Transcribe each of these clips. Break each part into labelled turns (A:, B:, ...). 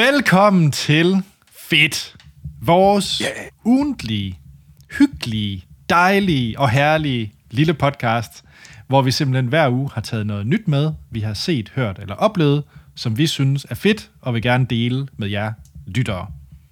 A: Velkommen til Fedt. Vores ugentlige, hyggelige, dejlige og herlige lille podcast, hvor vi simpelthen hver uge har taget noget nyt med, vi har set, hørt eller oplevet, som vi synes er fedt, og vil gerne dele med jer lyttere.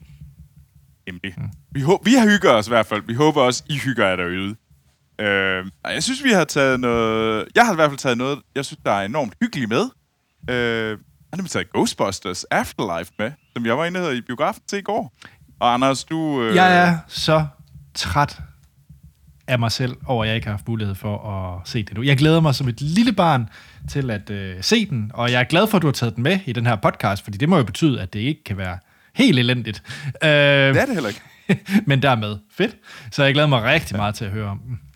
B: Vi har hygget os i hvert fald. Vi håber også, I hygger jer derude. Jeg synes, vi har taget noget... Jeg har i hvert fald taget noget, jeg synes, der er enormt hyggeligt med. Jeg har nemlig taget Ghostbusters Afterlife med, som jeg var inde i biografen til i går. Og Anders, du...
A: Jeg er så træt af mig selv, over at jeg ikke har haft mulighed for at se det nu. Jeg glæder mig som et lille barn til at se den, og jeg er glad for, at du har taget den med i den her podcast, fordi det må jo betyde, at det ikke kan være helt elendigt.
B: Det er det heller ikke.
A: Men dermed fedt. Så jeg glæder mig rigtig meget til at høre om den.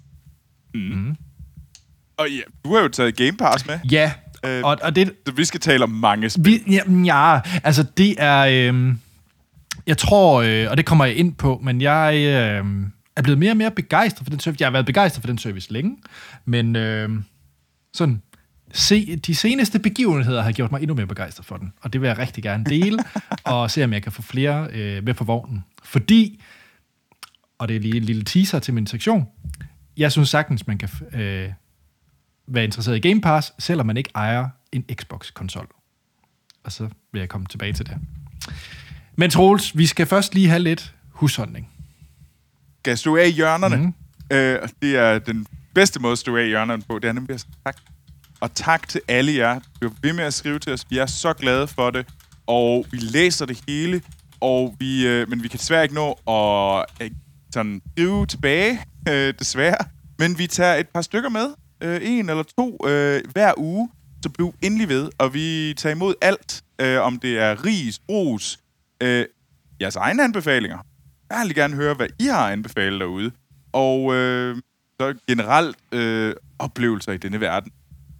B: Og ja, du har jo taget Game Pass med.
A: Ja, og det...
B: Så vi skal tale om mange spil.
A: Altså det er... jeg tror, og det kommer jeg ind på, men jeg er blevet mere og mere begejstret for den service. Jeg har været begejstret for den service længe, men sådan... de seneste begivenheder har gjort mig endnu mere begejstret for den, og det vil jeg rigtig gerne dele, og se om jeg kan få flere med på vognen. Fordi, og det er lige en lille teaser til min sektion, jeg synes sagtens, man kan være interesseret i Game Pass, selvom man ikke ejer en Xbox-konsol. Og så vil jeg komme tilbage til det. Men Troels, vi skal først lige have lidt husholdning.
B: Skal jeg stå af i hjørnerne? Det er den bedste måde at stå af i hjørnerne på, det er nemlig at sige tak. Og tak til alle jer, der er ved med at skrive til os. Vi er så glade for det, og vi læser det hele, og men vi kan desværre ikke nå at sådan skrive tilbage, desværre. Men vi tager et par stykker med, en eller to hver uge, så bliv endelig ved, og vi tager imod alt, om det er ris, ros, jeres egne anbefalinger. Jeg vil gerne høre, hvad I har anbefalet derude, og så generelt oplevelser i denne verden.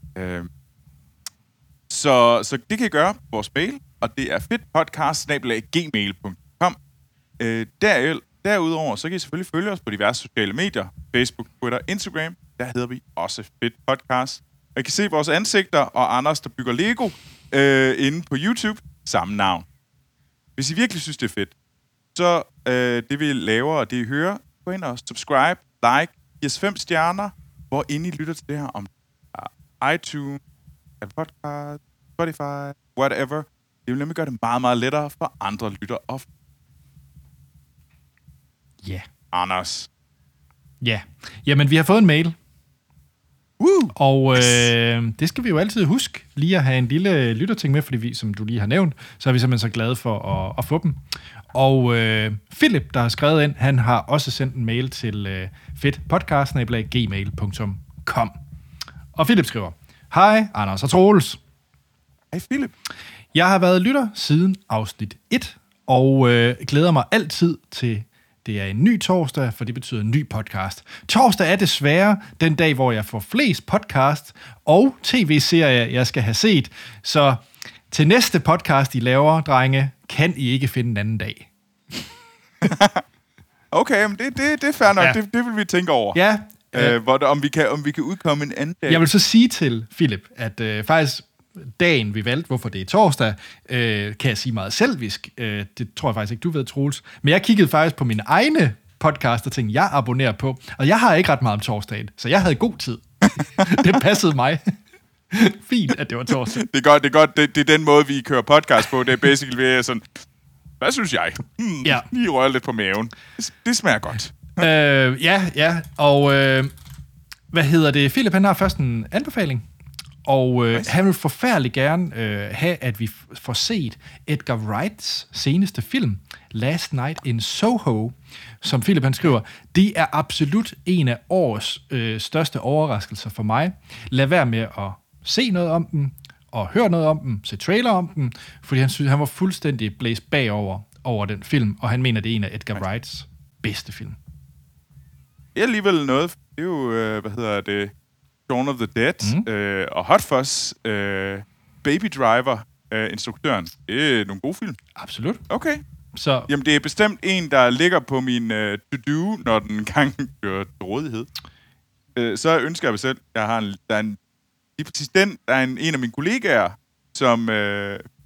B: Så det kan I gøre på vores mail, og det er fedtpodcast@gmail.com. Derudover så kan I selvfølgelig følge os på diverse sociale medier, Facebook, Twitter, Instagram. Der hedder vi også Fedt Podcast. Og I kan se vores ansigter og Anders, der bygger Lego, inde på YouTube, samme navn. Hvis I virkelig synes, det er fedt, så det vi laver og det I hører, gå ind og subscribe, like, giv os 5 stjerner, hvor inde I lytter til det her om iTunes, Apple Podcast, Spotify, whatever. Det vil nemlig gøre det meget, meget lettere for andre lytter of.
A: Ja.
B: Anders.
A: Ja. Jamen, vi har fået en mail. Og det skal vi jo altid huske, lige at have en lille lytterting med, fordi vi, som du lige har nævnt, så er vi simpelthen så glade for at få dem. Og Philip, der har skrevet ind, han har også sendt en mail til fedtpodcast@gmail.com. Og Philip skriver: Hej, Anders og Troels.
B: Hej, Philip.
A: Jeg har været lytter siden afsnit 1, og glæder mig altid til, det er en ny torsdag, for det betyder en ny podcast. Torsdag er desværre den dag, hvor jeg får flest podcast og tv-serier, jeg skal have set. Så til næste podcast, I laver, drenge, kan I ikke finde en anden dag.
B: Okay, men det er fair nok. Ja. Det vil vi tænke over.
A: Ja.
B: Om vi kan udkomme en anden dag.
A: Jeg vil så sige til Philip, at faktisk dagen vi valgte, hvorfor det er torsdag, kan jeg sige meget selvisk. Det tror jeg faktisk ikke, du ved, Troels. Men jeg kiggede faktisk på mine egne podcast og tænkte, jeg abonnerer på. Og jeg har ikke ret meget om torsdagen, så jeg havde god tid. Det passede mig. Fint, at det var torsdag.
B: Det er godt. Det er den måde, vi kører podcast på. Det er basically ved sådan, hvad synes jeg? Lige rører lidt på maven. Det smager godt.
A: Ja. Og hvad hedder det? Philip, han har først en anbefaling. Og han vil forfærdeligt gerne have, at vi får set Edgar Wrights seneste film, Last Night in Soho, som Philip han skriver, det er absolut en af årets største overraskelser for mig. Lad være med at se noget om den, og høre noget om den, se trailer om den, fordi han synes, han var fuldstændig blæst bagover den film, og han mener, det er en af Edgar Wrights bedste film.
B: Det er alligevel noget, det er jo, Dawn of the Dead, og Hot Fuzz, Baby Driver, instruktøren. Det er nogle gode film.
A: Absolut.
B: Okay.
A: Så.
B: Jamen, det er bestemt en, der ligger på min to-do, når den engang bliver til rådighed. Så ønsker jeg mig selv, lige præcis den, der er en af mine kollegaer, som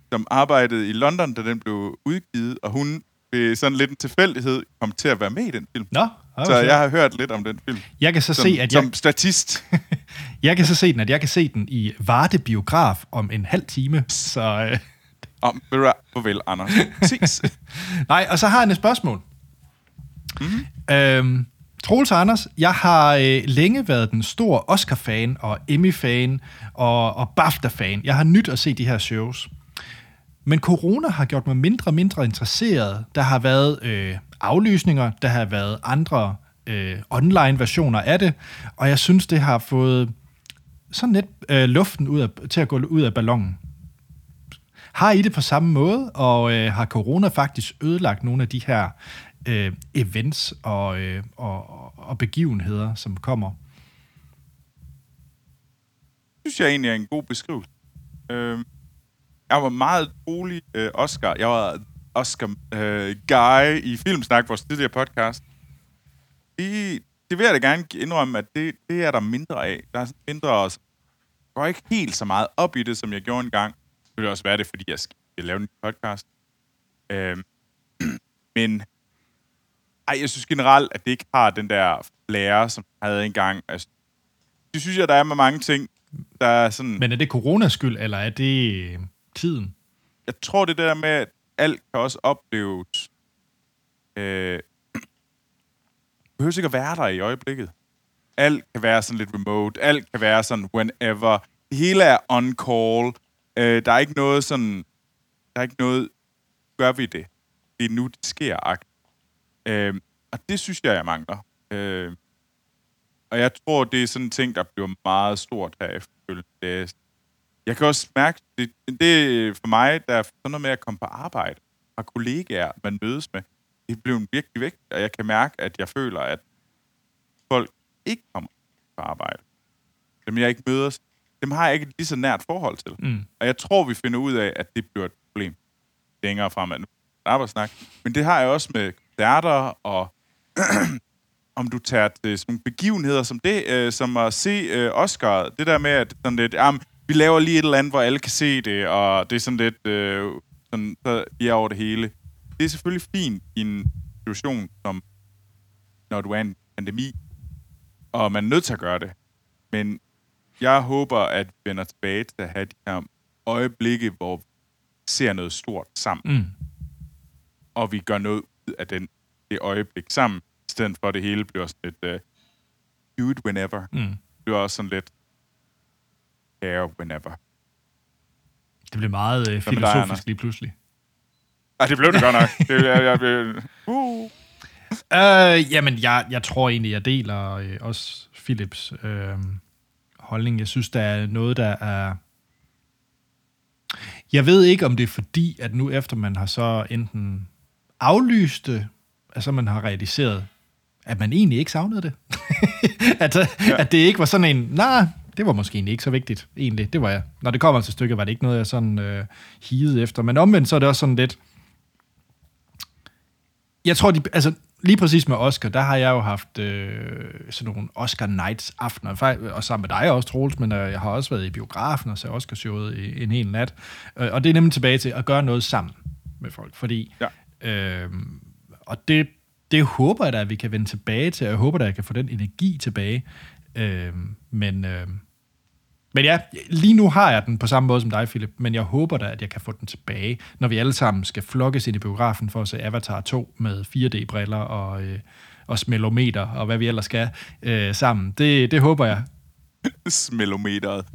B: som arbejdede i London, da den blev udgivet, og hun ved sådan lidt en tilfældighed kom til at være med i den film.
A: Nå,
B: så jeg har hørt lidt om den film.
A: Jeg kan så se, at
B: som statist.
A: Jeg kan så se den, at jeg kan se den i Varde Biograf om en halv time. Så
B: farvel, Anders. Præcis.
A: Nej, og så har jeg et spørgsmål. Mm-hmm. Troels og Anders, jeg har længe været den store Oscar-fan og Emmy-fan og BAFTA-fan. Jeg har nydt at se de her shows. Men corona har gjort mig mindre og mindre interesseret. Der har været aflysninger, der har været andre online-versioner af det, og jeg synes, det har fået sådan lidt luften til at gå ud af ballonen. Har I det på samme måde, og har corona faktisk ødelagt nogle af de her events og begivenheder, som kommer?
B: Det synes jeg egentlig er en god beskrivelse. Jeg var meget trolig Oscar. Jeg var Oscar-guy i Filmsnak, vores tidligere podcast. Det vil jeg da gerne indrømme, at det er der mindre af. Der er mindre også. Jeg går ikke helt så meget op i det, som jeg gjorde engang. Det ville også være det, fordi jeg skal lave en podcast. Men jeg synes generelt, at det ikke har den der flair, som jeg havde engang. Altså, det synes jeg, der er med mange ting, der er sådan...
A: Men er det coronas skyld, eller er det tiden?
B: Jeg tror, det der med, at alt kan også opleves... Du behøver ikke at være der i øjeblikket. Alt kan være sådan lidt remote. Alt kan være sådan whenever. Det hele er on call. Der er ikke noget sådan... Der er ikke noget... Gør vi det? Det er nu, det sker. Og det synes jeg mangler. Og jeg tror, det er sådan en ting, der bliver meget stort her efterfølgende. Jeg kan også mærke, det for mig, der er sådan noget med at komme på arbejde, og kollegaer, man mødes med, det bliver virkelig vigtigt, og jeg kan mærke, at jeg føler, at folk ikke kommer på arbejde. Dem jeg ikke møder, dem har jeg ikke et lige så nært forhold til. Og jeg tror, vi finder ud af, at det bliver et problem længere frem af arbejdssnak. Men det har jeg også med koncerter, og om du tager til sådan nogle begivenheder som det, som at se Oscar, det der med, at sådan lidt, vi laver lige et eller andet, hvor alle kan se det, og det er sådan lidt, sådan, så vi er over det hele. Det er selvfølgelig fint i en situation, som når du er en pandemi, og man er nødt til at gøre det. Men jeg håber, at vi vender tilbage til at have de her øjeblikke, hvor vi ser noget stort sammen. Og vi gør noget ud af det øjeblik sammen, i stedet for, at det hele bliver sådan lidt do it whenever. Det bliver også sådan lidt care whenever.
A: Det blev meget filosofisk lige pludselig.
B: Det blev det godt nok.
A: Jamen, jeg tror egentlig, jeg deler også Philips holdning. Jeg synes, der er noget, der er... Jeg ved ikke, om det er fordi, at nu efter man har så enten aflyst det, altså man har realiseret, at man egentlig ikke savnede det. At det ikke var sådan en, det var måske egentlig ikke så vigtigt, egentlig. Det var jeg. Når det kommer til stykket, var det ikke noget, jeg sådan higede efter. Men omvendt, så er det også sådan lidt... Jeg tror, lige præcis med Oscar, der har jeg jo haft sådan nogle Oscar Nights aftener, og sammen med dig også, Troels, men jeg har også været i biografen og set Oscarshowet en hel nat. Og det er nemlig tilbage til at gøre noget sammen med folk, fordi... Ja. Og det håber jeg da, at vi kan vende tilbage til, og jeg håber da, at jeg kan få den energi tilbage. Men ja, lige nu har jeg den på samme måde som dig, Philip, men jeg håber da, at jeg kan få den tilbage, når vi alle sammen skal flokkes ind i biografen for at se Avatar 2 med 4D-briller og smelometer, og hvad vi ellers skal sammen. Det håber jeg.
B: Smelometeret.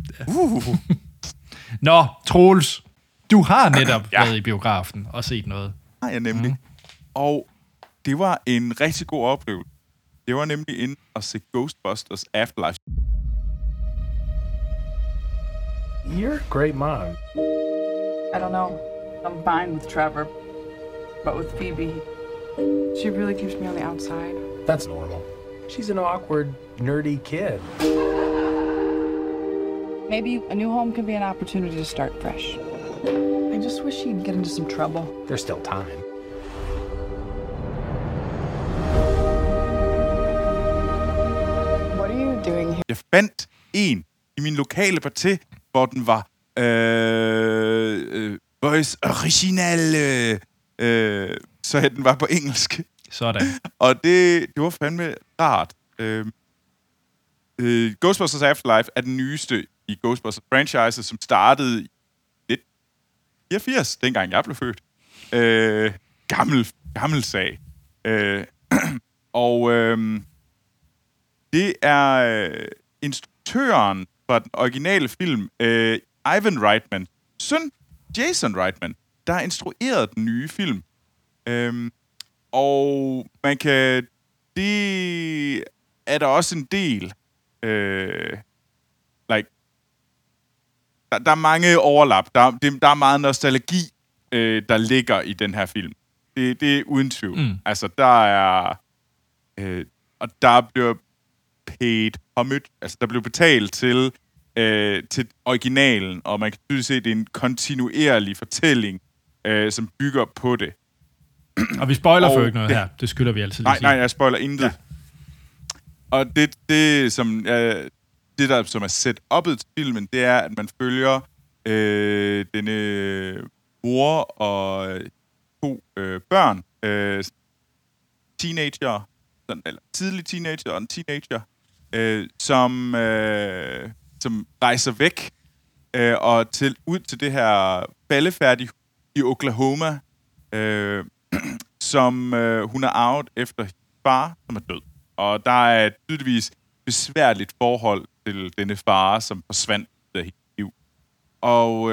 A: Nå, Troels, du har netop været i biografen og set noget.
B: Har jeg nemlig. Og det var en rigtig god oplevelse. Det var nemlig inde at se Ghostbusters Afterlife.
C: You're a great mom.
D: I don't know. I'm fine with Trevor. But with Phoebe, she really keeps me on the outside.
C: That's normal. She's an awkward, nerdy kid.
D: Maybe a new home could be an opportunity to start fresh. I just wish she'd get into some trouble.
C: There's still time.
D: What are you doing here?
B: Jeg fandt en i min lokale parti, hvor den var voice original, så den var på engelsk.
A: Sådan.
B: Og det var fandme rart. Ghostbusters Afterlife er den nyeste i Ghostbusters-franchise, som startede i 1984, dengang jeg blev født. Gammel sag. Og det er instruktøren fra den originale film, Ivan Reitman, søn Jason Reitman, der har instrueret den nye film. Og man kan... Det er der også en del... Der er mange overlap. Der er meget nostalgi, der ligger i den her film. Det er uden tvivl. Altså, der er... og der bliver paid homage, altså der blev betalt til originalen, og man kan tydeligt se, at det er en kontinuerlig fortælling, som bygger på det.
A: Og vi spoiler for ikke noget her. Det skylder vi altid lige sige.
B: Nej, jeg spoiler intet. Ja. Og det som er set-up'et til filmen, det er, at man følger denne mor og 2 børn, teenager, eller tidlig teenager og en teenager, som rejser væk og ud til det her faldefærdige i Oklahoma, som hun er arvet efter far, som er død. Og der er et tydeligvis besværligt forhold til denne far, som forsvandt af hendes liv. Og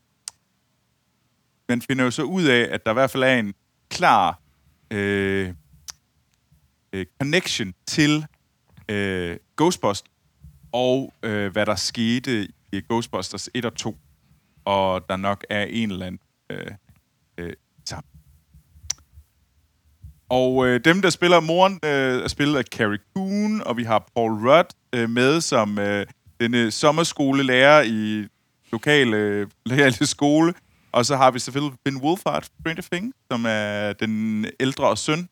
B: man finder jo så ud af, at der i hvert fald er en klar connection til Ghostbusters og hvad der skete i Ghostbusters 1 og 2. Og der nok er en eller anden sammen. Og dem, der spiller moren, er spillet af Carrie Coon, og vi har Paul Rudd med som denne sommerskolelærer i lokale skole. Og så har vi selvfølgelig Ben Wolfhard fra Stranger Things, som er den ældre søn.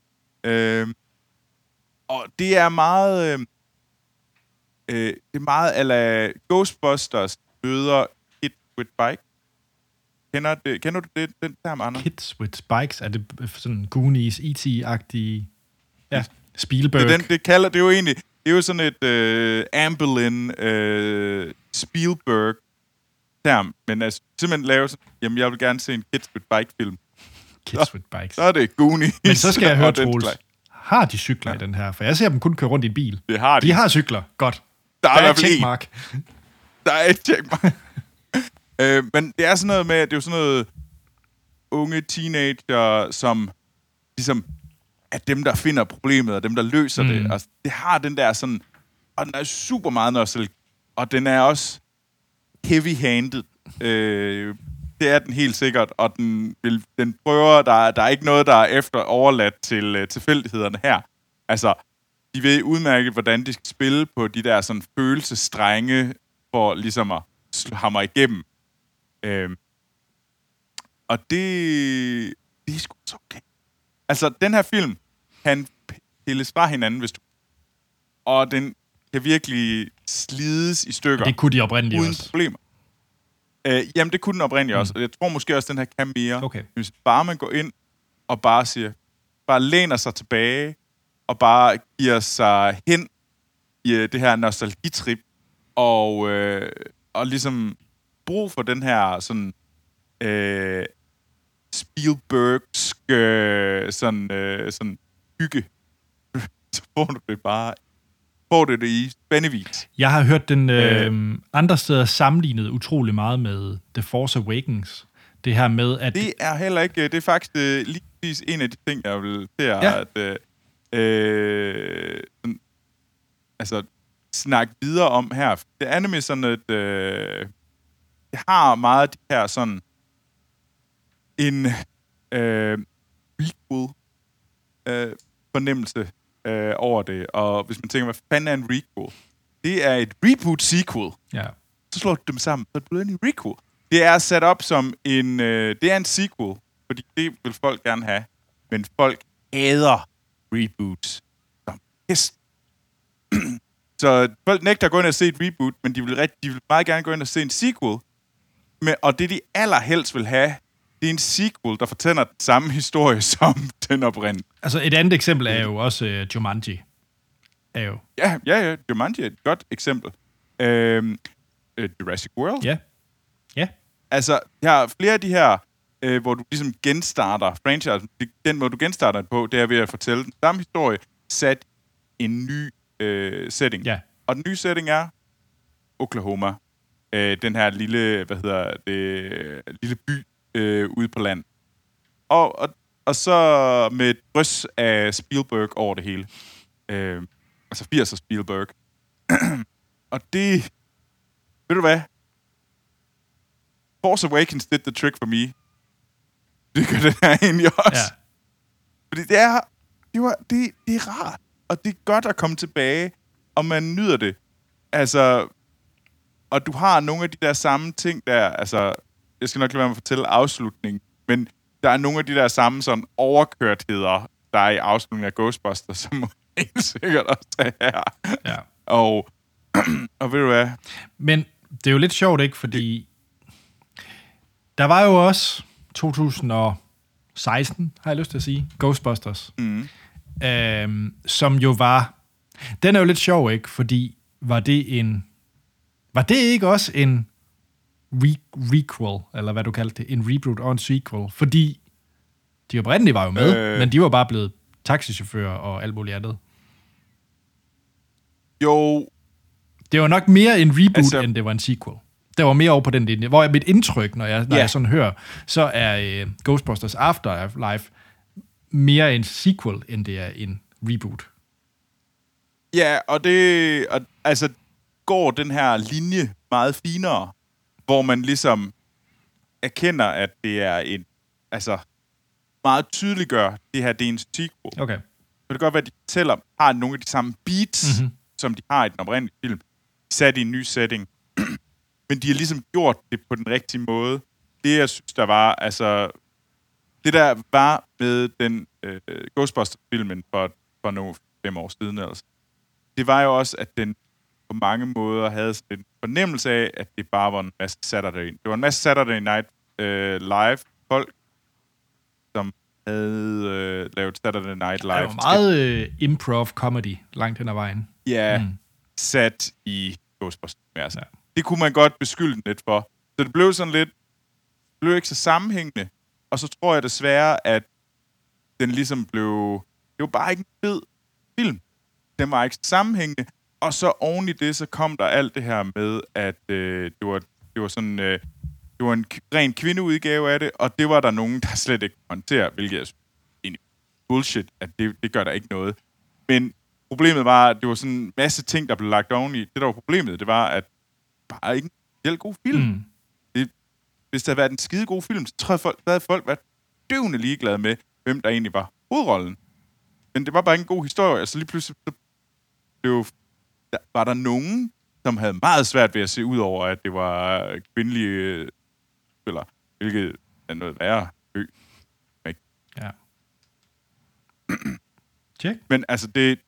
B: Og det er meget... det er meget a la Ghostbusters møder Kids with Bikes. Kender du det, den term, Anders?
A: Kids with Bikes? Er det sådan Goonies, E.T.-agtige? Ja, Spielberg.
B: Det er jo egentlig... Det er jo sådan et Amblin Spielberg-term, men altså simpelthen lave sådan... Jamen, jeg vil gerne se en Kids with Bike-film.
A: Kids with Bikes.
B: Så er det Goonies.
A: Men så skal jeg høre, Troels, har de cykler i den her? For jeg ser dem kun køre rundt i en bil.
B: Det har de.
A: De har cykler. Godt.
B: Der er
A: et checkmark.
B: Der er et checkmark. Men det er sådan noget med, at det er jo sådan noget unge teenager, som ligesom er dem, der finder problemet, og dem, der løser det. Altså, det har den der sådan... Og den er super meget nostalgi. Og den er også heavy-handed. Det er den helt sikkert, og den prøver... Der er ikke noget, der er efter overladt til tilfældighederne her. Altså, de ved udmærket, hvordan de skal spille på de der sådan følelsesstrenge, for ligesom at hamre igennem. Og det er sgu så okay. Altså, den her film kan pilles fra hinanden, hvis du... Og den kan virkelig slides i stykker.
A: Det kunne de oprindeligt
B: uden
A: også.
B: Problemer. Jamen, det kunne den oprindeligt også. Og jeg tror måske også, den her kan mere.
A: Okay.
B: Hvis bare man går ind og bare læner sig tilbage, og bare giver sig hen i det her nostalgitrip, og ligesom brug for den her sådan Spielbergsk sådan hygge, så får du det bare i spændevis.
A: Jeg har hørt den andre steder sammenlignet utrolig meget med The Force Awakens. Det her med, at...
B: Det er heller ikke... Det er faktisk lige præcis en af de ting, jeg vil til at snakke videre om her. Det er nemlig sådan, at det har meget af de her sådan en prequel fornemmelse over det. Og hvis man tænker, hvad fanden er en requel? Det er et reboot-sequel.
A: Ja.
B: Så slår du dem sammen, så er det en requel. Det er sat op som en... det er en sequel, fordi det vil folk gerne have. Men folk hader reboots som pest. Så folk nægter at gå ind og se et reboot, men de vil meget gerne gå ind og se en sequel. Og det, de allerhelst vil have, det er en sequel, der fortæller den samme historie som den oprindelige.
A: Altså, et andet eksempel er jo også Jumanji. Er jo.
B: Ja, Jumanji er et godt eksempel. Jurassic World.
A: Ja.
B: Altså, jeg har flere af de her, hvor du ligesom genstarter franchise. Den måde, du genstarter på, det er ved at fortælle den samme historie, sat en ny setting.
A: Ja.
B: Og den nye setting er Oklahoma. Den her lille, lille by ude på land. Og så med et drøs af Spielberg over det hele. Altså 80'er Spielberg. Og det... Ved du hvad? Force Awakens did the trick for me. Det gør den her egentlig også.
A: Ja.
B: Fordi det er rart. Og det er godt at komme tilbage, og man nyder det. Altså... Og du har nogle af de der samme ting der, altså, jeg skal nok lade være med at fortælle afslutningen, men der er nogle af de der samme sådan overkørtheder, der er i afslutningen af Ghostbusters, som må helt sikkert også er her.
A: Ja.
B: Og ved du hvad?
A: Men det er jo lidt sjovt, ikke? Fordi der var jo også 2016, har jeg lyst til at sige, Ghostbusters, som jo var... Den er jo lidt sjov, ikke? Fordi var det ikke også en requel, eller hvad du kaldte det, en reboot og en sequel? Fordi de oprindelige var jo med, men de var bare blevet taxichauffører og alt muligt andet.
B: Jo.
A: Det var nok mere en reboot, end det var en sequel. Det var mere over på den linje. Hvor mit indtryk, når jeg sådan hører, så er Ghostbusters Afterlife mere en sequel, end det er en reboot.
B: Ja, altså går den her linje meget finere, hvor man ligesom erkender, at det er en, altså meget tydeliggør, det her, det er en sequel.
A: Okay.
B: Så det kan godt være, at de fortæller, har nogle af de samme beats, som de har i den oprindelige film, sat i en ny setting. Men de har ligesom gjort det på den rigtige måde. Det, jeg synes, der var, altså... Det, der var med den Ghostbusters-filmen for nogle 5 år siden, altså, det var jo også, at den på mange måder havde en fornemmelse af, at det bare var en masse Saturday Night Live-folk, som havde lavet Saturday Night Live.
A: Det var meget improv-comedy langt hen ad vejen.
B: Ja, sat i Ghostbusters. Ja. Det kunne man godt beskylde den lidt for. Så det blev sådan lidt... Det blev ikke så sammenhængende. Og så tror jeg desværre, at den ligesom blev... Det var bare ikke en fed film. Den var ikke så sammenhængende. Og så oven i det, så kom der alt det her med, at det var sådan... det var en ren kvindeudgave af det, og det var der nogen, der slet ikke håndterer, hvilket er egentlig bullshit, at det gør der ikke noget. Men problemet var, at det var sådan en masse ting, der blev lagt oveni. Det, der var problemet, det var, at bare ikke en helt god film. Hvis der havde været en skide god film, så tror jeg, havde folk været døvende ligeglade med, hvem der egentlig var hovedrollen. Men det var bare ikke en god historie. Altså lige pludselig var der nogen, som havde meget svært ved at se ud over, at det var kvindelige spillere, hvilket er noget værre.
A: Ja. Check.
B: Men altså, det...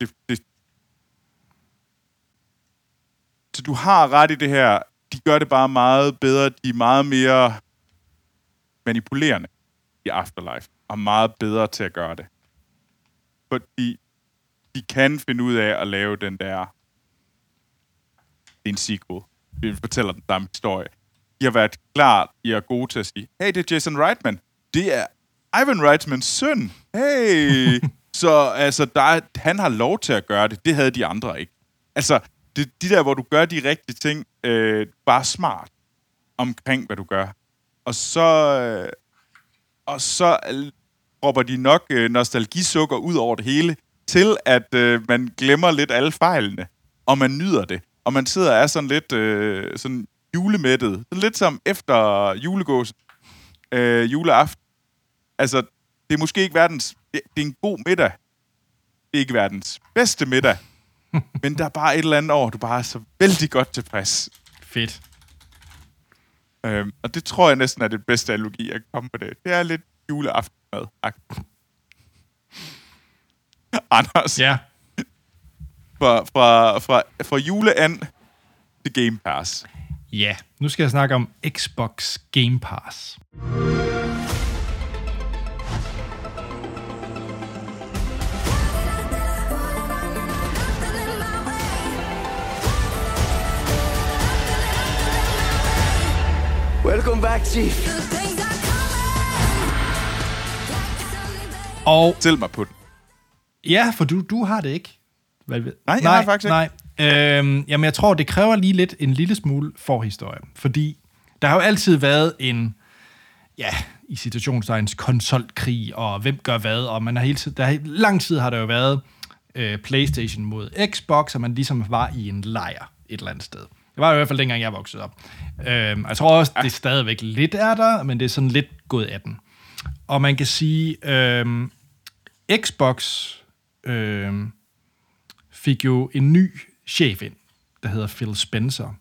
B: Så du har ret i det her. De gør det bare meget bedre. De er meget mere manipulerende i Afterlife, og meget bedre til at gøre det. Fordi de kan finde ud af at lave den der... Det er en sequel. Vi fortæller den samme historie. De har været klar, I er gode til at sige, hey, det er Jason Reitman. Det er Ivan Reitmans søn. Hey! Så altså, han har lov til at gøre det. Det havde de andre ikke. Altså, de der, hvor du gør de rigtige ting, bare smart omkring, hvad du gør. Og så råber de nok nostalgisukker ud over det hele, til at man glemmer lidt alle fejlene, og man nyder det. Og man sidder og er sådan lidt sådan julemættet. Sådan lidt som efter julegåsen. Juleaften. Altså, det er måske ikke verdens... Det er en god middag. Det er ikke verdens bedste middag. Men der er bare et eller andet over, du bare er så vældig godt tilfreds.
A: Fedt.
B: Og det tror jeg næsten er det bedste analogi, jeg kan komme på det. Det er lidt juleaftenmad. Anders.
A: Ja.
B: Fra juleand til Game Pass.
A: Ja, nu skal jeg snakke om Xbox Game Pass.
E: Welcome back, Chief.
A: Og
B: Stil mig på den.
A: ja, for du har det ikke.
B: Nej, jeg har faktisk ikke.
A: Nej. Jamen, jeg tror, det kræver lige lidt en lille smule forhistorie. Fordi der har jo altid været en, ja, i situationstegns konsolkrig, og hvem gør hvad, og man har hele tiden, lang tid har der jo været PlayStation mod Xbox, og man ligesom var i en lejr et eller andet sted. Det var i hvert fald dengang, jeg voksede op. Jeg tror også, det stadigvæk lidt er der, men det er sådan lidt gået af den. Og man kan sige, Xbox fik jo en ny chef ind, der hedder Phil Spencer.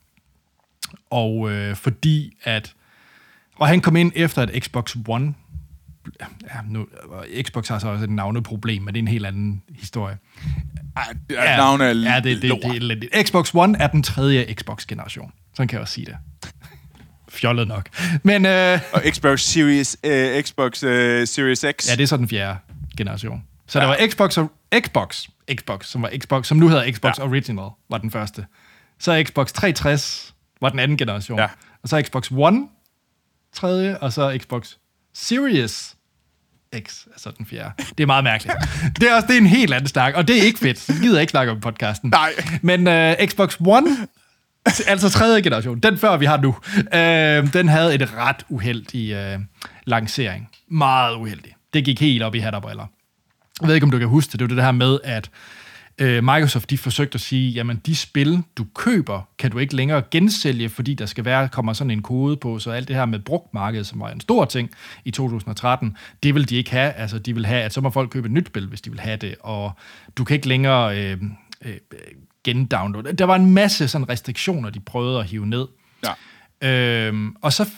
A: Og fordi at... Og han kom ind efter, at Xbox One... Ja, nu, Xbox har så også et navneproblem, men det er en helt anden historie.
B: Navnet er
A: ja, det er elendigt. Xbox One er den tredje Xbox-generation. Sådan kan jeg også sige det. Fjollet nok. Men,
B: og Xbox Series Series X.
A: Ja, det er så den fjerde generation. Så der var Xbox, som var Xbox, som nu hedder Xbox Original, var den første. Så Xbox 360 var den anden generation. Ja. Og så Xbox One, tredje, og så Xbox Series X, altså den fjerde. Det er meget mærkeligt. Det er en helt anden snak, og det er ikke fedt. Så gider jeg ikke snakke om podcasten.
B: Nej.
A: Men Xbox One, altså tredje generation, den før vi har nu, den havde et ret uheldig lancering. Meget uheldig. Det gik helt op i hat og briller. Jeg ved ikke, om du kan huske det. Det var det her med, at Microsoft, de forsøgte at sige, jamen de spil, du køber, kan du ikke længere gensælge, fordi der kommer sådan en kode på, så alt det her med brugtmarkedet, som var en stor ting i 2013, det vil de ikke have. Altså, de vil have, at så må folk købe et nyt spil, hvis de vil have det, og du kan ikke længere gendownloade. Der var en masse sådan restriktioner, de prøvede at hive ned. Ja. Og så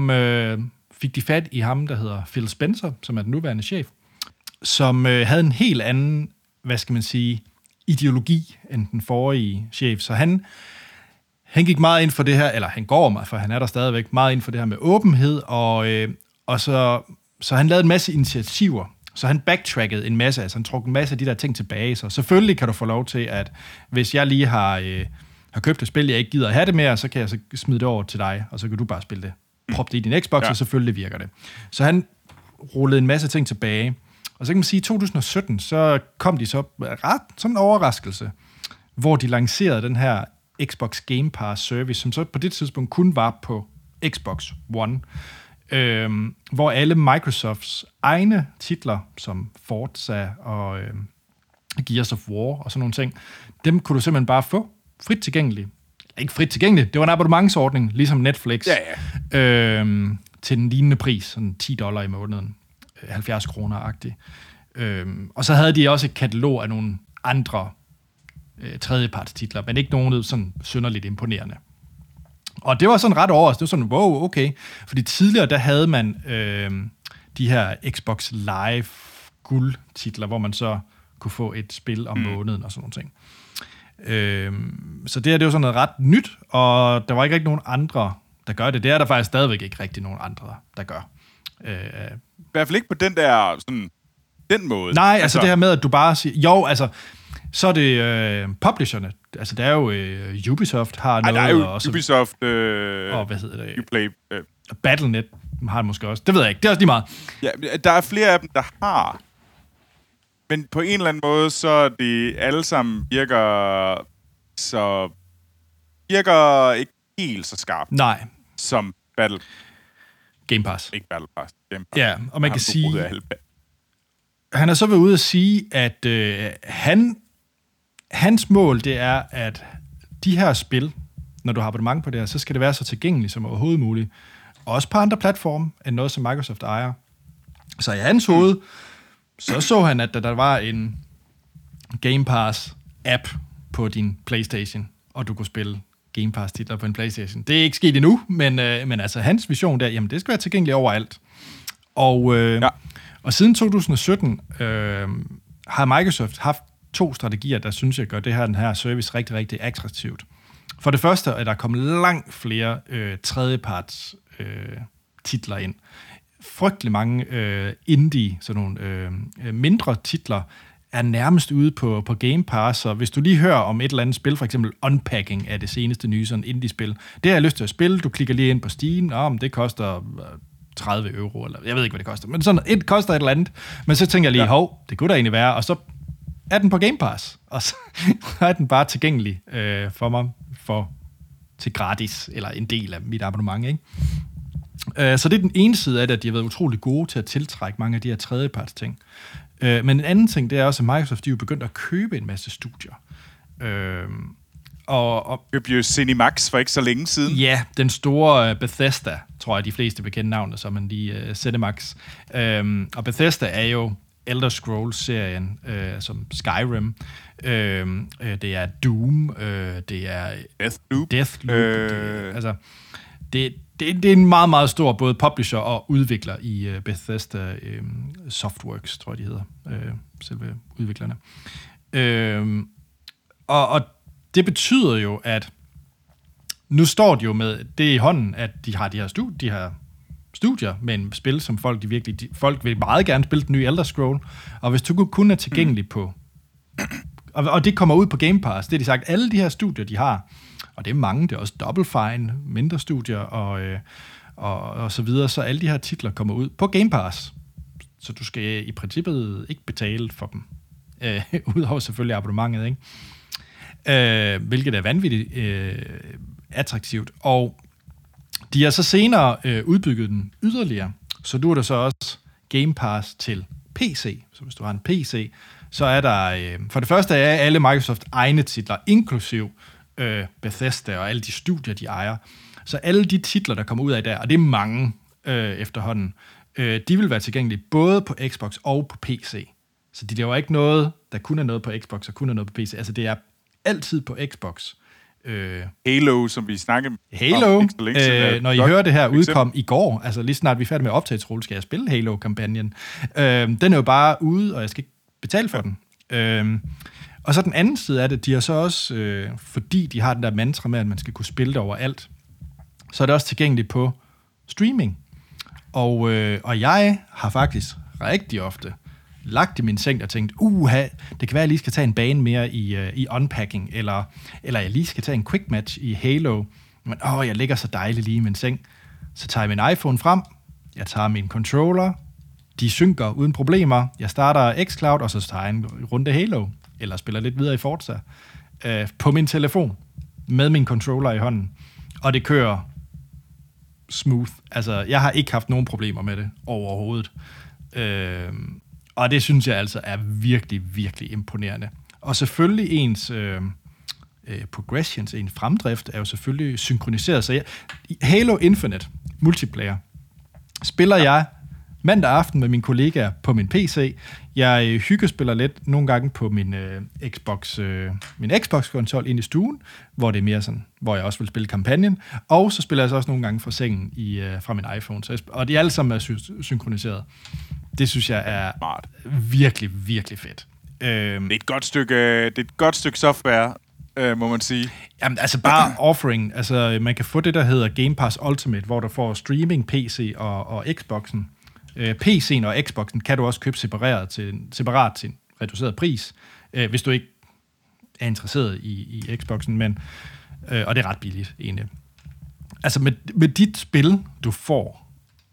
A: fik de fat i ham, der hedder Phil Spencer, som er den nuværende chef, som havde en helt anden, hvad skal man sige, ideologi end den forrige chef. Så han gik meget ind for det her, eller han går meget, for han er der stadigvæk, meget ind for det her med åbenhed, og så han lavede en masse initiativer. Så han backtrackede en masse, altså han truk en masse af de der ting tilbage. Så selvfølgelig kan du få lov til, at hvis jeg lige har købt et spil, jeg ikke gider at have det mere, så kan jeg så smide det over til dig, og så kan du bare spille det. Prop det i din Xbox, og selvfølgelig virker det. Så han rullede en masse ting tilbage. Og så kan man sige, at i 2017, så kom de så ret som en overraskelse, hvor de lancerede den her Xbox Game Pass service, som så på det tidspunkt kun var på Xbox One, hvor alle Microsofts egne titler, som Forza og Gears of War og sådan nogle ting, dem kunne du simpelthen bare få frit tilgængeligt. Ikke frit tilgængeligt, det var en abonnementsordning, ligesom Netflix, til den lignende pris, sådan $10 i måneden. 70 kroner-agtigt. Og så havde de også et katalog af nogle andre tredjepartstitler, men ikke nogen sådan synderligt imponerende. Og det var sådan ret overraskende. Det var sådan, wow, okay. Fordi tidligere, der havde man de her Xbox Live guld-titler, hvor man så kunne få et spil om måneden og sådan nogle ting. Så det her, det var sådan noget ret nyt, og der var ikke rigtig nogen andre, der gør det. Det er der faktisk stadigvæk ikke rigtig nogen andre, der gør.
B: I hvert fald ikke på den der, sådan, den måde.
A: Nej, altså det her med, at du bare siger, jo, altså, så er det publisherne. Altså, der er jo Ubisoft har noget.
B: Der er jo
A: også,
B: Ubisoft,
A: og hvad hedder det?
B: Uplay.
A: Battle.net har det måske også. Det ved jeg ikke, det er også lige meget. Ja,
B: der er flere af dem, der har. Men på en eller anden måde, så det alle sammen virker ikke helt så skarpt.
A: Nej.
B: Som
A: Game Pass.
B: Ikke Battle Pass. Game Pass.
A: Ja, og man kan sige... Han har så været ude at sige, at hans mål, det er, at de her spil, når du har abonnement på det her, så skal det være så tilgængeligt som overhovedet muligt. Også på andre platforme, end noget, som Microsoft ejer. Så i hans hoved, så han, at der var en Game Pass-app på din PlayStation, og du kunne spille Game Pass-titler på en PlayStation. Det er ikke sket endnu, men altså hans vision der, jamen det skal være tilgængeligt overalt. Og siden 2017 har Microsoft haft 2 strategier, der synes jeg gør den her service rigtig, rigtig attraktivt. For det første er der kommet langt flere tredjeparts titler ind. Frygtelig mange indie, sådan nogle mindre titler, er nærmest ude på Game Pass, så hvis du lige hører om et eller andet spil, for eksempel Unpacking af det seneste nye sådan indie-spil, det har jeg lyst til at spille, du klikker lige ind på Steam, det koster 30 euro, eller jeg ved ikke, hvad det koster, men sådan et koster et eller andet, men så tænker jeg lige, det kunne da egentlig være, og så er den på Game Pass, og så er den bare tilgængelig for mig til gratis, eller en del af mit abonnement, ikke? Så det er den ene side af det, at de har været utrolig gode til at tiltrække mange af de her tredjeparts ting. Men en anden ting, det er også, at Microsoft de er jo begyndt at købe en masse studier. Og
B: købte jo Cinemax for ikke så længe siden.
A: Ja, den store Bethesda, tror jeg, de fleste vil kende navnet, som man lige Cinemax. Og Bethesda er jo Elder Scrolls-serien, som Skyrim. Det er Doom, det er Deathloop. Det er en meget, meget stor både publisher og udvikler i Bethesda Softworks, tror jeg, de hedder, selve udviklerne. Og det betyder jo, at nu står de jo med det i hånden, at de har de her studier med en spil, som folk vil meget gerne spille den nye Elder Scroll, og hvis du kun er tilgængelig på, og det kommer ud på Game Pass, det er de sagt, alle de her studier, de har, og det er mange, det er også Double Fine, mindre studier og så videre, så alle de her titler kommer ud på Game Pass, så du skal i princippet ikke betale for dem, udover selvfølgelig abonnementet, ikke? Hvilket er vanvittigt attraktivt, og de har så senere udbygget den yderligere, så nu er der så også Game Pass til PC, så hvis du har en PC, så er der, for det første er alle Microsoft egne titler, inklusiv Bethesda og alle de studier, de ejer. Så alle de titler, der kommer ud af der, og det er mange efterhånden, de vil være tilgængelige både på Xbox og på PC. Så de laver ikke noget, der kun er noget på Xbox og kun er noget på PC. Altså det er altid på Xbox.
B: Halo, som vi snakkede
A: om. Når I hører det her udkom i går, altså lige snart vi er færdige med optagelserulle, skal jeg spille Halo-kampagnen. Den er jo bare ude, og jeg skal ikke betale for den. Og så den anden side af det, de har så også, fordi de har den der mantra med, at man skal kunne spille det overalt, så er det også tilgængeligt på streaming. Og jeg har faktisk rigtig ofte lagt i min seng og tænkt, det kan være, at jeg lige skal tage en bane mere i Unpacking, eller jeg lige skal tage en quick match i Halo. Men jeg ligger så dejligt lige i min seng. Så tager jeg min iPhone frem, jeg tager min controller, de synker uden problemer, jeg starter xCloud, og så tager jeg en runde Halo, eller spiller lidt videre i Forza, på min telefon, med min controller i hånden. Og det kører smooth. Altså, jeg har ikke haft nogen problemer med det overhovedet. Og det synes jeg altså er virkelig, virkelig imponerende. Og selvfølgelig ens progressions, en fremdrift, er jo selvfølgelig synkroniseret. Så Halo Infinite multiplayer spiller jeg mandag aften med mine kollegaer på min PC. Jeg hyggespiller lidt nogle gange på min Xbox-konsol ind i stuen, hvor det er mere sådan, hvor jeg også vil spille kampagnen. Og så spiller jeg så også nogle gange fra sengen fra min iPhone. Og de alle sammen er synkroniseret. Det synes jeg er virkelig, virkelig fedt.
B: Det er et godt stykke software, må man sige.
A: Jamen, altså bare offering. Altså, man kan få det, der hedder Game Pass Ultimate, hvor du får streaming, PC og Xboxen. PC'en og Xboxen kan du også købe separat til en reduceret pris, hvis du ikke er interesseret i Xboxen, men og det er ret billigt egentlig. Altså med dit spil, du får,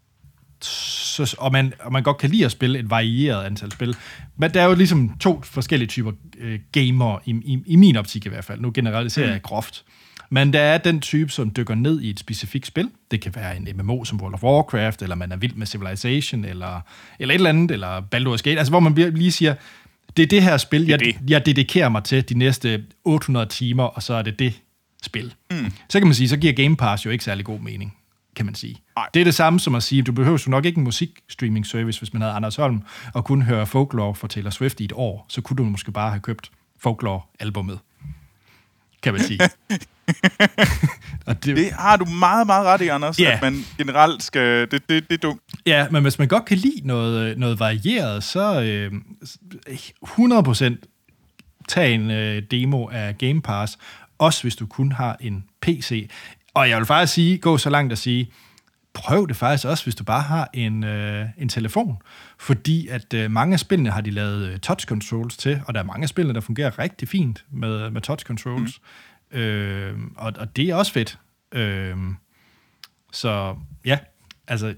A: og man godt kan lide at spille et varieret antal spil, men der er jo ligesom to forskellige typer gamer, i min optik i hvert fald. Nu generaliserer jeg groft. Men der er den type, som dykker ned i et specifikt spil. Det kan være en MMO som World of Warcraft, eller man er vild med Civilization, eller et eller andet, eller Baldur's Gate. Altså hvor man lige siger, det er det her spil, jeg dedikerer mig til de næste 800 timer, og så er det spil. Så kan man sige, så giver Game Pass jo ikke særlig god mening, kan man sige. Ej. Det er det samme som at sige, du behøver jo nok ikke en musikstreaming-service, hvis man havde Anders Holm, og kunne høre Folklore for Taylor Swift i et år, så kunne du måske bare have købt Folklore-albummet, kan man sige.
B: Og det har du meget, meget ret i, Anders, at man generelt skal... Det er dumt.
A: Ja, men hvis man godt kan lide noget varieret, så 100% tag en demo af Game Pass, også hvis du kun har en PC. Og jeg vil faktisk gå så langt at sige, prøv det faktisk også, hvis du bare har en telefon. Fordi at mange af spillene har de lavet touch controls til, og der er mange af spillene, der fungerer rigtig fint med touch controls. Og det er også fedt. Så ja, altså...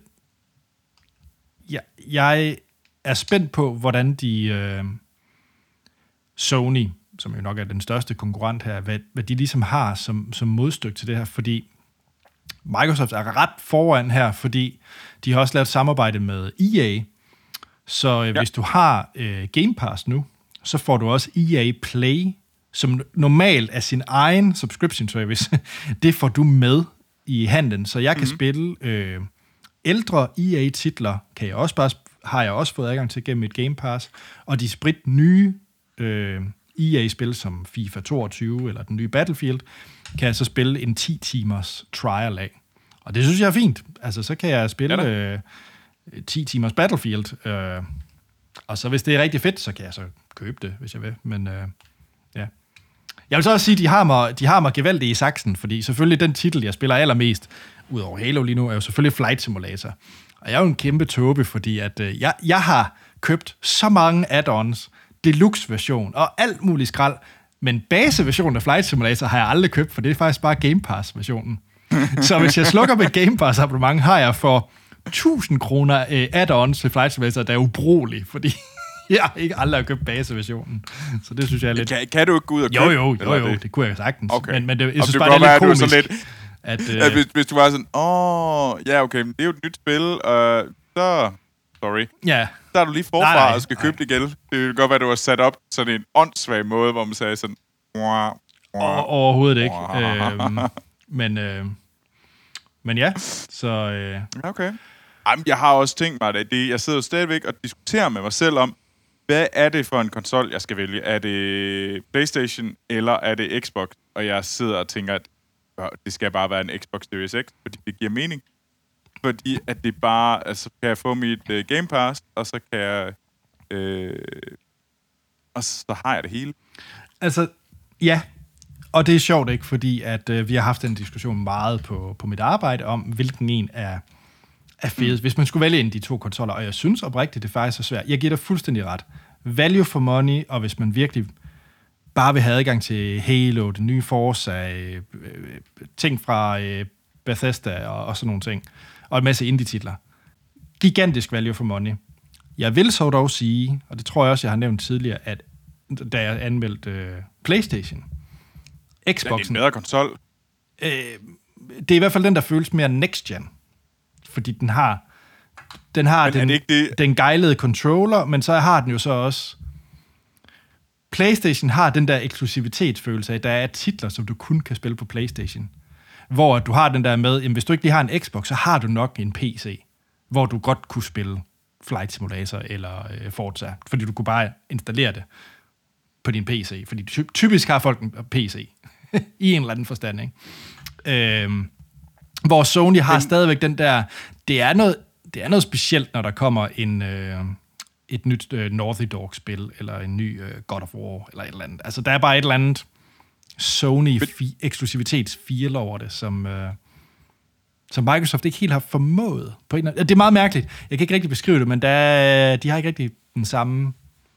A: Jeg er spændt på, hvordan de Sony, som jo nok er den største konkurrent her, hvad de ligesom har som modstykke til det her, fordi Microsoft er ret foran her, fordi de har også lavet samarbejde med EA, så hvis du har Game Pass nu, så får du også EA Play, som normalt er sin egen subscription service. Det får du med i handlen, så jeg kan spille ældre EA-titler, har jeg også fået adgang til gennem et Game Pass, og de sprit nye EA-spil som FIFA 22 eller den nye Battlefield, kan jeg så spille en 10 timers trial af. Og det synes jeg er fint. Altså, så kan jeg spille 10 timers Battlefield, og så hvis det er rigtig fedt, så kan jeg så købe det, hvis jeg vil. Men ja. Jeg vil så også sige, at de har mig gevaldigt i saksen, fordi selvfølgelig den titel, jeg spiller allermest, udover Halo lige nu, er jo selvfølgelig Flight Simulator. Og jeg er jo en kæmpe tåbe, fordi at jeg har købt så mange add-ons, deluxe-version og alt muligt skrald, men base-versionen af Flight Simulator har jeg aldrig købt, for det er faktisk bare Game Pass-versionen. Så hvis jeg slukker mit Game Pass-abonnement, har jeg for 1000 kroner add-ons til Flight Simulator, der er ubrugelig, fordi jeg ikke aldrig har købt base-versionen. Så det synes jeg er lidt...
B: Kan du ikke gå ud og købe?
A: Jo, det kunne jeg sagtens.
B: Okay.
A: Men jeg synes bare, det er lidt komisk.
B: Hvis du var sådan, ja, okay, men det er jo et nyt spil, så... Sorry.
A: Ja.
B: Så er du lige forfra og skal købe det igen. Det vil godt være, at du har sat op sådan en åndssvag måde, hvor man sagde sådan...
A: Overhovedet ikke. Men ja, så...
B: Okay. Jamen, jeg har også tænkt mig det. Jeg sidder jo stadigvæk og diskuterer med mig selv om, hvad er det for en konsol, jeg skal vælge? Er det PlayStation, eller er det Xbox? Og jeg sidder og tænker, at det skal bare være en Xbox Series X, fordi det giver mening. Fordi at det bare, altså kan jeg få mit Game Pass, og så kan jeg, og så har jeg det hele.
A: Altså, ja, og det er sjovt ikke, fordi at vi har haft en diskussion meget på mit arbejde om, hvilken en er fedest. Hvis man skulle vælge en af de to konsoller, og jeg synes oprigtigt, det er faktisk så svært. Jeg giver dig fuldstændig ret. Value for money, og hvis man virkelig bare vil have adgang til Halo, den nye Forza, ting fra Bethesda og sådan nogle ting, og en masse indie-titler. Gigantisk value for money. Jeg vil så dog sige, og det tror jeg også, jeg har nævnt tidligere, at da jeg anmeldte PlayStation, Xboxen...
B: Det er en bedre konsol.
A: Det er i hvert fald den, der føles mere next-gen. Fordi den har den gejlede controller, men så har den jo så også... PlayStation har den der eksklusivitetsfølelse af, der er titler, som du kun kan spille på PlayStation. Hvor du har den der med, jamen, hvis du ikke lige har en Xbox, så har du nok en PC, hvor du godt kunne spille Flight Simulator eller Forza, fordi du kunne bare installere det på din PC, fordi typisk har folk en PC, i en eller anden forstand, ikke? Hvor Sony har stadigvæk den der, det er noget specielt, når der kommer et nyt Naughty Dog-spil, eller en ny God of War, eller et eller andet. Altså, der er bare et eller andet Sony eksklusivitets-feel over det, som Microsoft ikke helt har formået. På en det er meget mærkeligt. Jeg kan ikke rigtig beskrive det, men de har ikke rigtig den samme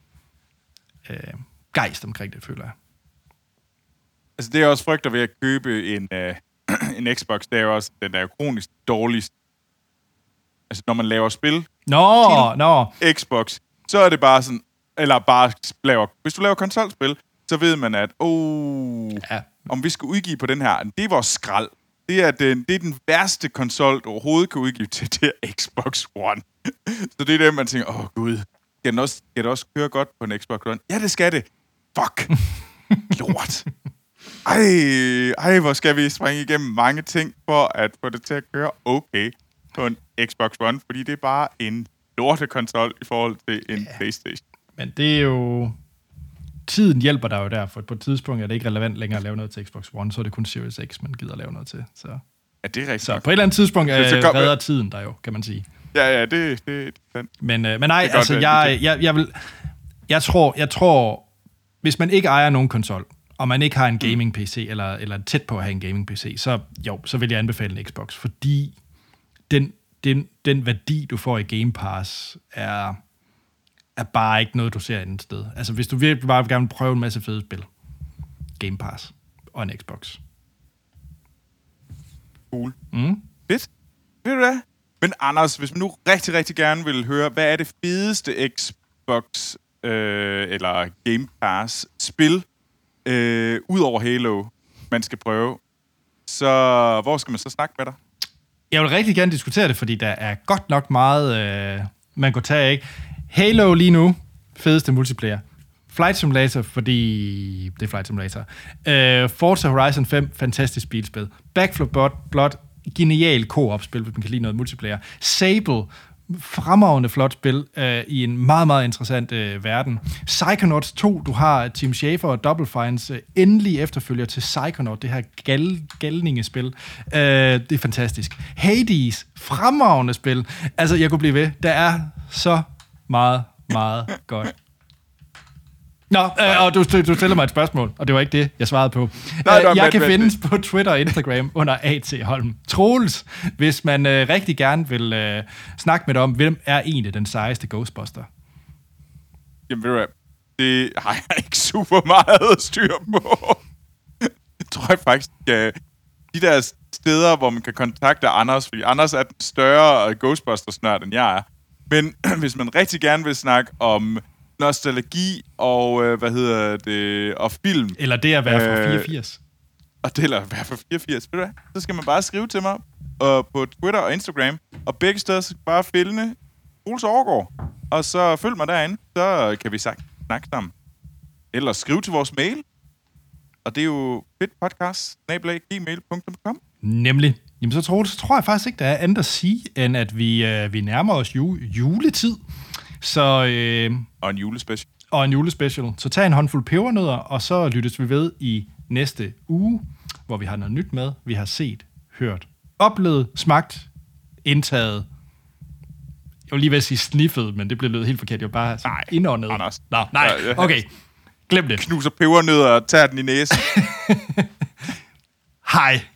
A: gejst omkring det, føler jeg.
B: Altså, det er også frygter ved at købe en Xbox, det er jo også, den er jo kronisk dårligst. Altså, når man laver spil til Xbox, så er det bare sådan, eller bare hvis du laver konsolspil, så ved man, at om vi skal udgive på den her, det er vores skrald. Det er den værste konsol, du overhovedet kan udgive til det Xbox One. Så det er det, man tænker, gud, skal det også køre godt på en Xbox One? Ja, det skal det. Fuck. Lort. Ej, hvor skal vi springe igennem mange ting for at få det til at køre okay på en Xbox One, fordi det er bare en lortekonsol i forhold til en PlayStation. Men
A: det er jo... Tiden hjælper dig jo der, for på et tidspunkt er det ikke relevant længere at lave noget til Xbox One, så er det kun Series X, man gider lave noget til. Så.
B: Ja, det er rigtigt.
A: Så på et eller andet tidspunkt redder tiden der jo, kan man sige.
B: Ja, det er sandt.
A: Men nej, altså jeg tror, hvis man ikke ejer nogen konsol, og man ikke har en gaming-PC, eller tæt på at have en gaming-PC, så vil jeg anbefale en Xbox, fordi den den værdi, du får i Game Pass, er bare ikke noget, du ser andet sted. Altså, hvis du virkelig bare gerne vil prøve en masse fede spil, Game Pass og en Xbox.
B: Cool. Fedt. Ved du hvad? Men Anders, hvis man nu rigtig, rigtig gerne vil høre, hvad er det fedeste Xbox eller Game Pass spil, ud over Halo, man skal prøve, så hvor skal man så snakke med dig?
A: Jeg vil rigtig gerne diskutere det, fordi der er godt nok meget, man kunne tage, ikke? Halo lige nu, fedeste multiplayer. Flight Simulator, fordi det er Flight Simulator. Forza Horizon 5, fantastisk bilspil. Back 4 Blood, genial co-op-spil, hvis man kan lide noget multiplayer. Sable, fremragende flot spil i en meget, meget interessant verden. Psychonauts 2, du har Tim Schafer og Double Fines endelig efterfølger til Psychonaut, det her galningespil. Det er fantastisk. Hades, fremragende spil. Altså, jeg kunne blive ved. Der er så meget, meget godt. Nå, og du stiller mig et spørgsmål, og det var ikke det, jeg svarede på. Jeg kan findes på Twitter og Instagram under A.T. Holm. Troels, hvis man rigtig gerne vil snakke med dig om, hvem er egentlig den sejeste Ghostbuster?
B: Jamen ved du hvad, det har jeg ikke super meget styr på. Jeg tror jeg faktisk, de der steder, hvor man kan kontakte Anders, fordi Anders er den større Ghostbusters-nørd, end jeg er. Men hvis man rigtig gerne vil snakke om nostalgi og, og film.
A: Eller det at være fra 84.
B: Og det at være fra 84, ved du hvad? Så skal man bare skrive til mig på Twitter og Instagram. Og begge steder skal bare finde Troels Overgaard. Og så følg mig derinde, så kan vi snakke sammen. Eller skriv til vores mail. Og det er jo fedtpodcast@gmail.com.
A: Nemlig. Jamen så tror jeg faktisk ikke, der er andet at sige, end at vi nærmer os juletid. Så,
B: og en julespecial.
A: Og en julespecial. Så tag en håndfuld pebernødder, og så lyttes vi ved i næste uge, hvor vi har noget nyt med. Vi har set, hørt, oplevet, smagt, indtaget. Jeg vil lige ved at sige sniffet, men det blev lød helt forkert. Jeg var bare indåndet. Nej, okay. Glem det.
B: Knuser pebernødder og tager den i næsen.
A: Hej.